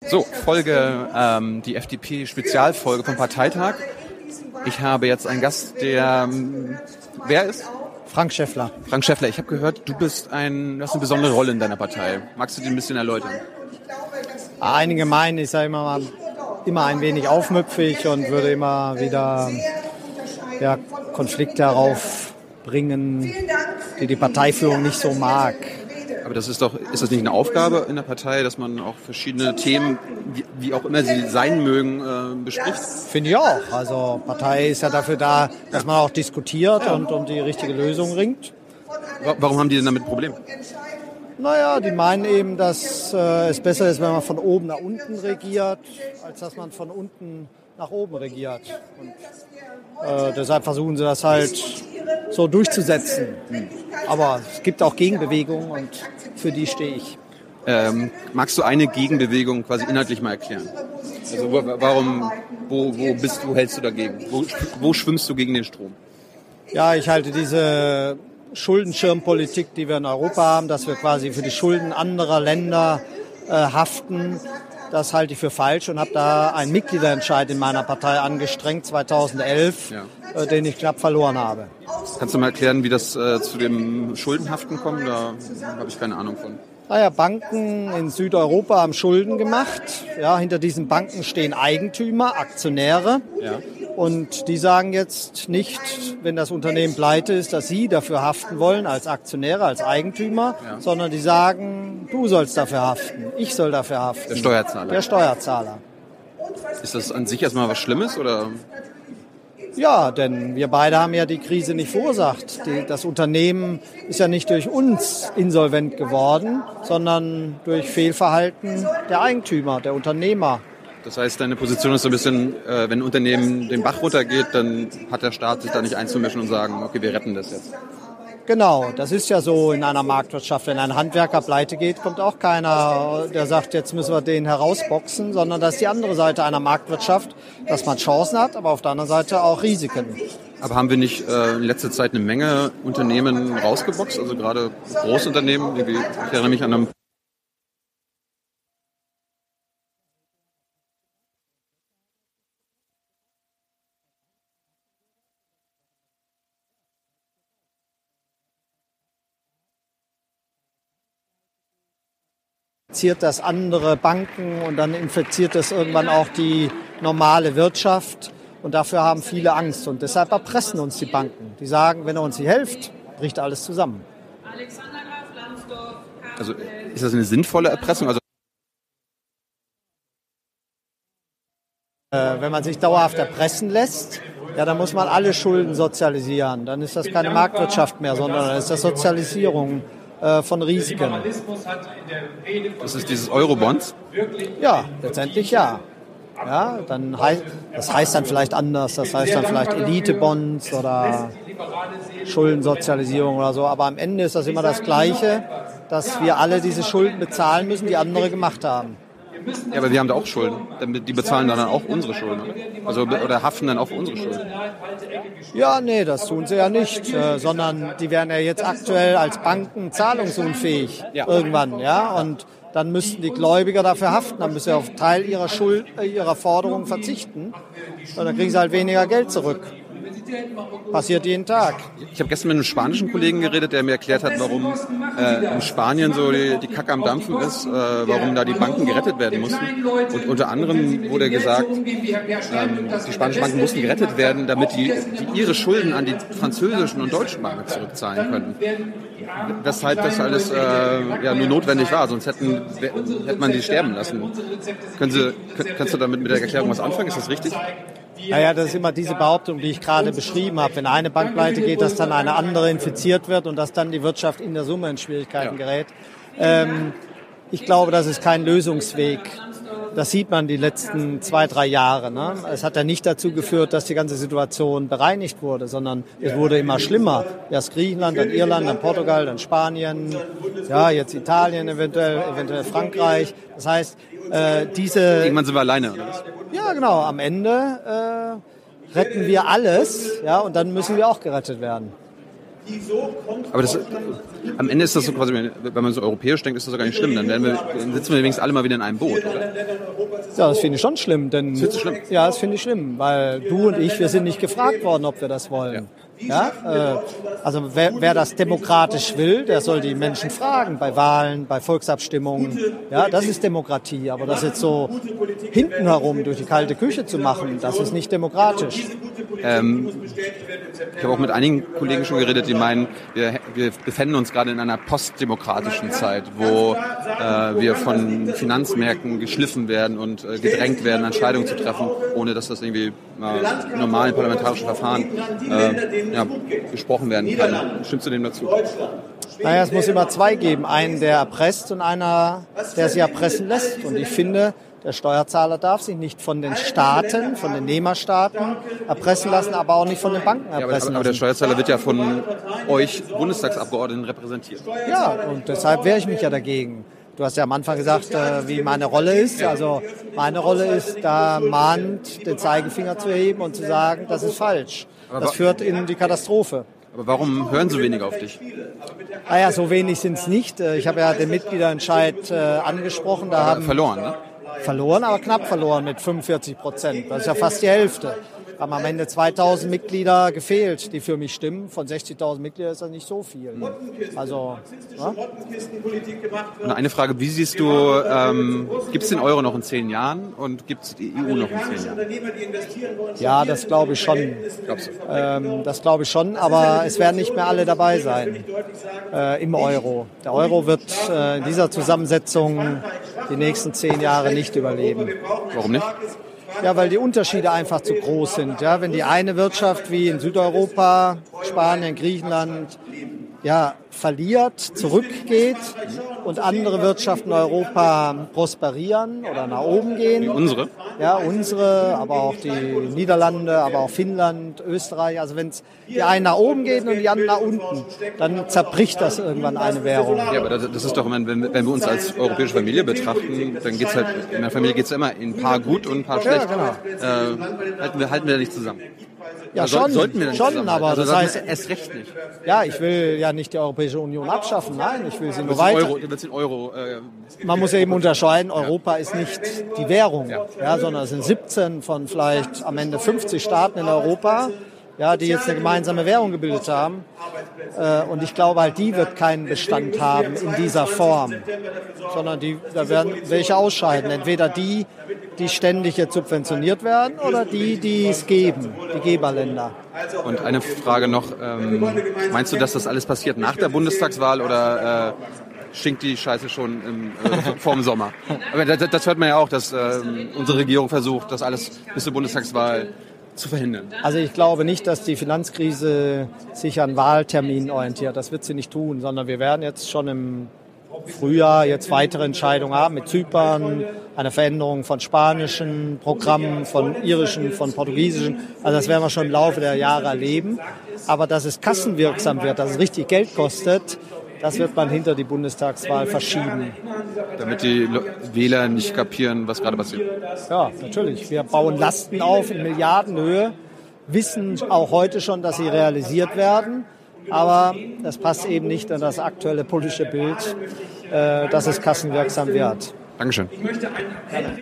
So, die FDP-Spezialfolge vom Parteitag. Ich habe jetzt einen Gast, wer ist? Frank Schäffler. Frank Schäffler, ich habe gehört, du hast eine besondere Rolle in deiner Partei. Magst du die ein bisschen erläutern? Einige meinen, ich sage immer ein wenig aufmüpfig und würde immer wieder Konflikte heraufbringen, die Parteiführung nicht so mag. Aber ist das nicht eine Aufgabe in der Partei, dass man auch verschiedene Themen, wie auch immer sie sein mögen, bespricht? Finde ich auch. Also Partei ist ja dafür da, dass man auch diskutiert und die richtige Lösung ringt. Warum haben die denn damit Probleme? Naja, die meinen eben, dass es besser ist, wenn man von oben nach unten regiert, als dass man von unten nach oben regiert. Und deshalb versuchen sie das halt so durchzusetzen. Aber es gibt auch Gegenbewegungen und für die stehe ich. Magst du eine Gegenbewegung quasi inhaltlich mal erklären? Also wo hältst du dagegen? Wo schwimmst du gegen den Strom? Ja, ich halte diese Schuldenschirmpolitik, die wir in Europa haben, dass wir quasi für die Schulden anderer Länder haften, das halte ich für falsch und habe da einen Mitgliederentscheid in meiner Partei angestrengt, 2011, den ich knapp verloren habe. Kannst du mal erklären, wie das zu dem Schuldenhaften kommt? Da habe ich keine Ahnung von. Naja, Banken in Südeuropa haben Schulden gemacht. Ja, hinter diesen Banken stehen Eigentümer, Aktionäre. Ja. Und die sagen jetzt nicht, wenn das Unternehmen pleite ist, dass sie dafür haften wollen als Aktionäre, als Eigentümer, sondern die sagen, du sollst dafür haften, ich soll dafür haften. Der Steuerzahler. Der Steuerzahler. Ist das an sich erstmal was Schlimmes, oder? Ja, denn wir beide haben ja die Krise nicht verursacht. Das Unternehmen ist ja nicht durch uns insolvent geworden, sondern durch Fehlverhalten der Eigentümer, der Unternehmer. Das heißt, deine Position ist so ein bisschen, wenn ein Unternehmen den Bach runtergeht, dann hat der Staat sich da nicht einzumischen und sagen, okay, wir retten das jetzt. Genau, das ist ja so in einer Marktwirtschaft. Wenn ein Handwerker pleite geht, kommt auch keiner, der sagt, jetzt müssen wir den herausboxen, sondern das ist die andere Seite einer Marktwirtschaft, dass man Chancen hat, aber auf der anderen Seite auch Risiken. Aber haben wir nicht in letzter Zeit eine Menge Unternehmen rausgeboxt, also gerade Großunternehmen? Ich erinnere mich an einem infiziert das andere Banken und dann infiziert das irgendwann auch die normale Wirtschaft. Und dafür haben viele Angst. Und deshalb erpressen uns die Banken. Die sagen, wenn ihr uns nicht helft, bricht alles zusammen. Also ist das eine sinnvolle Erpressung? Also wenn man sich dauerhaft erpressen lässt, ja, dann muss man alle Schulden sozialisieren. Dann ist das keine Marktwirtschaft mehr, sondern dann ist das Sozialisierung von Risiken. Das ist dieses Eurobonds? Ja, letztendlich ja. Ja, das heißt dann vielleicht anders, das heißt dann vielleicht Elite-Bonds oder Schuldensozialisierung oder so, aber am Ende ist das immer das Gleiche, dass wir alle diese Schulden bezahlen müssen, die andere gemacht haben. Ja, aber wir haben da auch Schulden. Die bezahlen dann auch unsere Schulden, oder? Also, oder haften dann auch unsere Schulden? Ja, nee, das tun sie ja nicht, sondern die werden ja jetzt aktuell als Banken zahlungsunfähig irgendwann, ja, und dann müssten die Gläubiger dafür haften, dann müssen sie auf Teil ihrer Forderungen verzichten und dann kriegen sie halt weniger Geld zurück. Passiert jeden Tag. Ich habe gestern mit einem spanischen Kollegen geredet, der mir erklärt hat, warum in Spanien so die Kacke am Dampfen ist, warum da die Banken gerettet werden mussten. Und unter anderem wurde gesagt, die spanischen Banken mussten gerettet werden, damit die ihre Schulden an die französischen und deutschen Banken zurückzahlen können. Weshalb das alles nur notwendig war, sonst hätte man die sterben lassen. Kannst du damit mit der Erklärung was anfangen? Ist das richtig? Naja, das ist immer diese Behauptung, die ich gerade beschrieben habe. Wenn eine Bank pleite geht, dass dann eine andere infiziert wird und dass dann die Wirtschaft in der Summe in Schwierigkeiten gerät. Ich glaube, das ist kein Lösungsweg. Das sieht man die letzten 2-3 Jahre. Ne? Es hat ja nicht dazu geführt, dass die ganze Situation bereinigt wurde, sondern es wurde immer schlimmer. Erst Griechenland, dann Irland, dann Portugal, dann Spanien, ja, jetzt Italien eventuell Frankreich. Das heißt, irgendwann sind wir alleine, oder was? Ja, genau. Am Ende retten wir alles, ja, und dann müssen wir auch gerettet werden. Aber am Ende ist das so quasi, wenn man so europäisch denkt, ist das doch gar nicht schlimm. Dann sitzen wir wenigstens alle mal wieder in einem Boot, oder? Ja, das finde ich schon schlimm. Das findest du schlimm? Ja, das finde ich schlimm, weil du und ich, wir sind nicht gefragt worden, ob wir das wollen. Ja, also wer das demokratisch will, der soll die Menschen fragen, bei Wahlen, bei Volksabstimmungen. Ja, das ist Demokratie. Aber das jetzt so hinten herum durch die kalte Küche zu machen, das ist nicht demokratisch. Ich habe auch mit einigen Kollegen schon geredet, die meinen, wir befinden uns gerade in einer postdemokratischen Zeit, wo wir von Finanzmärkten geschliffen werden und gedrängt werden, Entscheidungen zu treffen, ohne dass das irgendwie normalen parlamentarischen Verfahren besprochen werden kann. Stimmst du dem dazu? Naja, es muss immer zwei geben. Einen, der erpresst und einer, der sich erpressen lässt. Und ich finde, der Steuerzahler darf sich nicht von den Staaten, von den Nehmerstaaten erpressen lassen, aber auch nicht von den Banken erpressen lassen. Aber der Steuerzahler wird ja von euch Bundestagsabgeordneten repräsentiert. Ja, und deshalb wehre ich mich ja dagegen. Du hast ja am Anfang gesagt, wie meine Rolle ist. Also meine Rolle ist, da mahnend den Zeigefinger zu heben und zu sagen, das ist falsch. Das führt in die Katastrophe. Aber warum hören so wenige auf dich? Naja, so wenig sind es nicht. Ich habe ja den Mitgliederentscheid angesprochen. Da haben verloren, ne? Verloren, aber knapp verloren mit 45%. Das ist ja fast die Hälfte. Haben am Ende 2000 Mitglieder gefehlt, die für mich stimmen. Von 60.000 Mitgliedern ist das nicht so viel. Also, ja? Und eine Frage, wie siehst du, gibt es den Euro noch in 10 Jahren und gibt es die EU noch in 10 Jahren? Ja, das glaube ich schon. Das glaube ich schon, aber es werden nicht mehr alle dabei sein im Euro. Der Euro wird in dieser Zusammensetzung die nächsten 10 Jahre nicht überleben. Warum nicht? Ja, weil die Unterschiede einfach zu groß sind. Ja, wenn die eine Wirtschaft wie in Südeuropa, Spanien, Griechenland, verliert, zurückgeht und andere Wirtschaften in Europa prosperieren oder nach oben gehen. Wie unsere? Ja, unsere, aber auch die Niederlande, aber auch Finnland, Österreich. Also wenn die einen nach oben gehen und die anderen nach unten, dann zerbricht das irgendwann eine Währung. Ja, aber das ist doch immer, wenn wir uns als europäische Familie betrachten, dann geht's halt, in der Familie geht's ja immer in ein paar gut und ein paar schlecht. Ja, genau. Halten wir nicht zusammen. Ja, schon, sollten wir schon, aber also das heißt erst recht nicht. Ja, ich will ja nicht die Europäische Union abschaffen, nein, ich will sie nur weiter. Du willst den Euro. Man muss ja eben unterscheiden, Europa ist nicht die Währung, sondern es sind 17 von vielleicht am Ende 50 Staaten in Europa, die jetzt eine gemeinsame Währung gebildet haben. Und ich glaube halt, die wird keinen Bestand haben in dieser Form, sondern da werden welche ausscheiden. Entweder die ständig jetzt subventioniert werden oder die es geben, die Geberländer. Und eine Frage noch, meinst du, dass das alles passiert nach der Bundestagswahl oder stinkt die Scheiße schon vorm Sommer? Aber das hört man ja auch, dass unsere Regierung versucht, das alles bis zur Bundestagswahl zu verhindern. Also ich glaube nicht, dass die Finanzkrise sich an Wahlterminen orientiert. Das wird sie nicht tun, sondern wir werden jetzt schon im Frühjahr jetzt weitere Entscheidungen haben mit Zypern, eine Veränderung von spanischen Programmen, von irischen, von portugiesischen. Also das werden wir schon im Laufe der Jahre erleben. Aber dass es kassenwirksam wird, dass es richtig Geld kostet, das wird man hinter die Bundestagswahl verschieben. Damit die Wähler nicht kapieren, was gerade passiert. Ja, natürlich. Wir bauen Lasten auf in Milliardenhöhe, wissen auch heute schon, dass sie realisiert werden. Aber das passt eben nicht in das aktuelle politische Bild, dass es kassenwirksam wird. Dankeschön.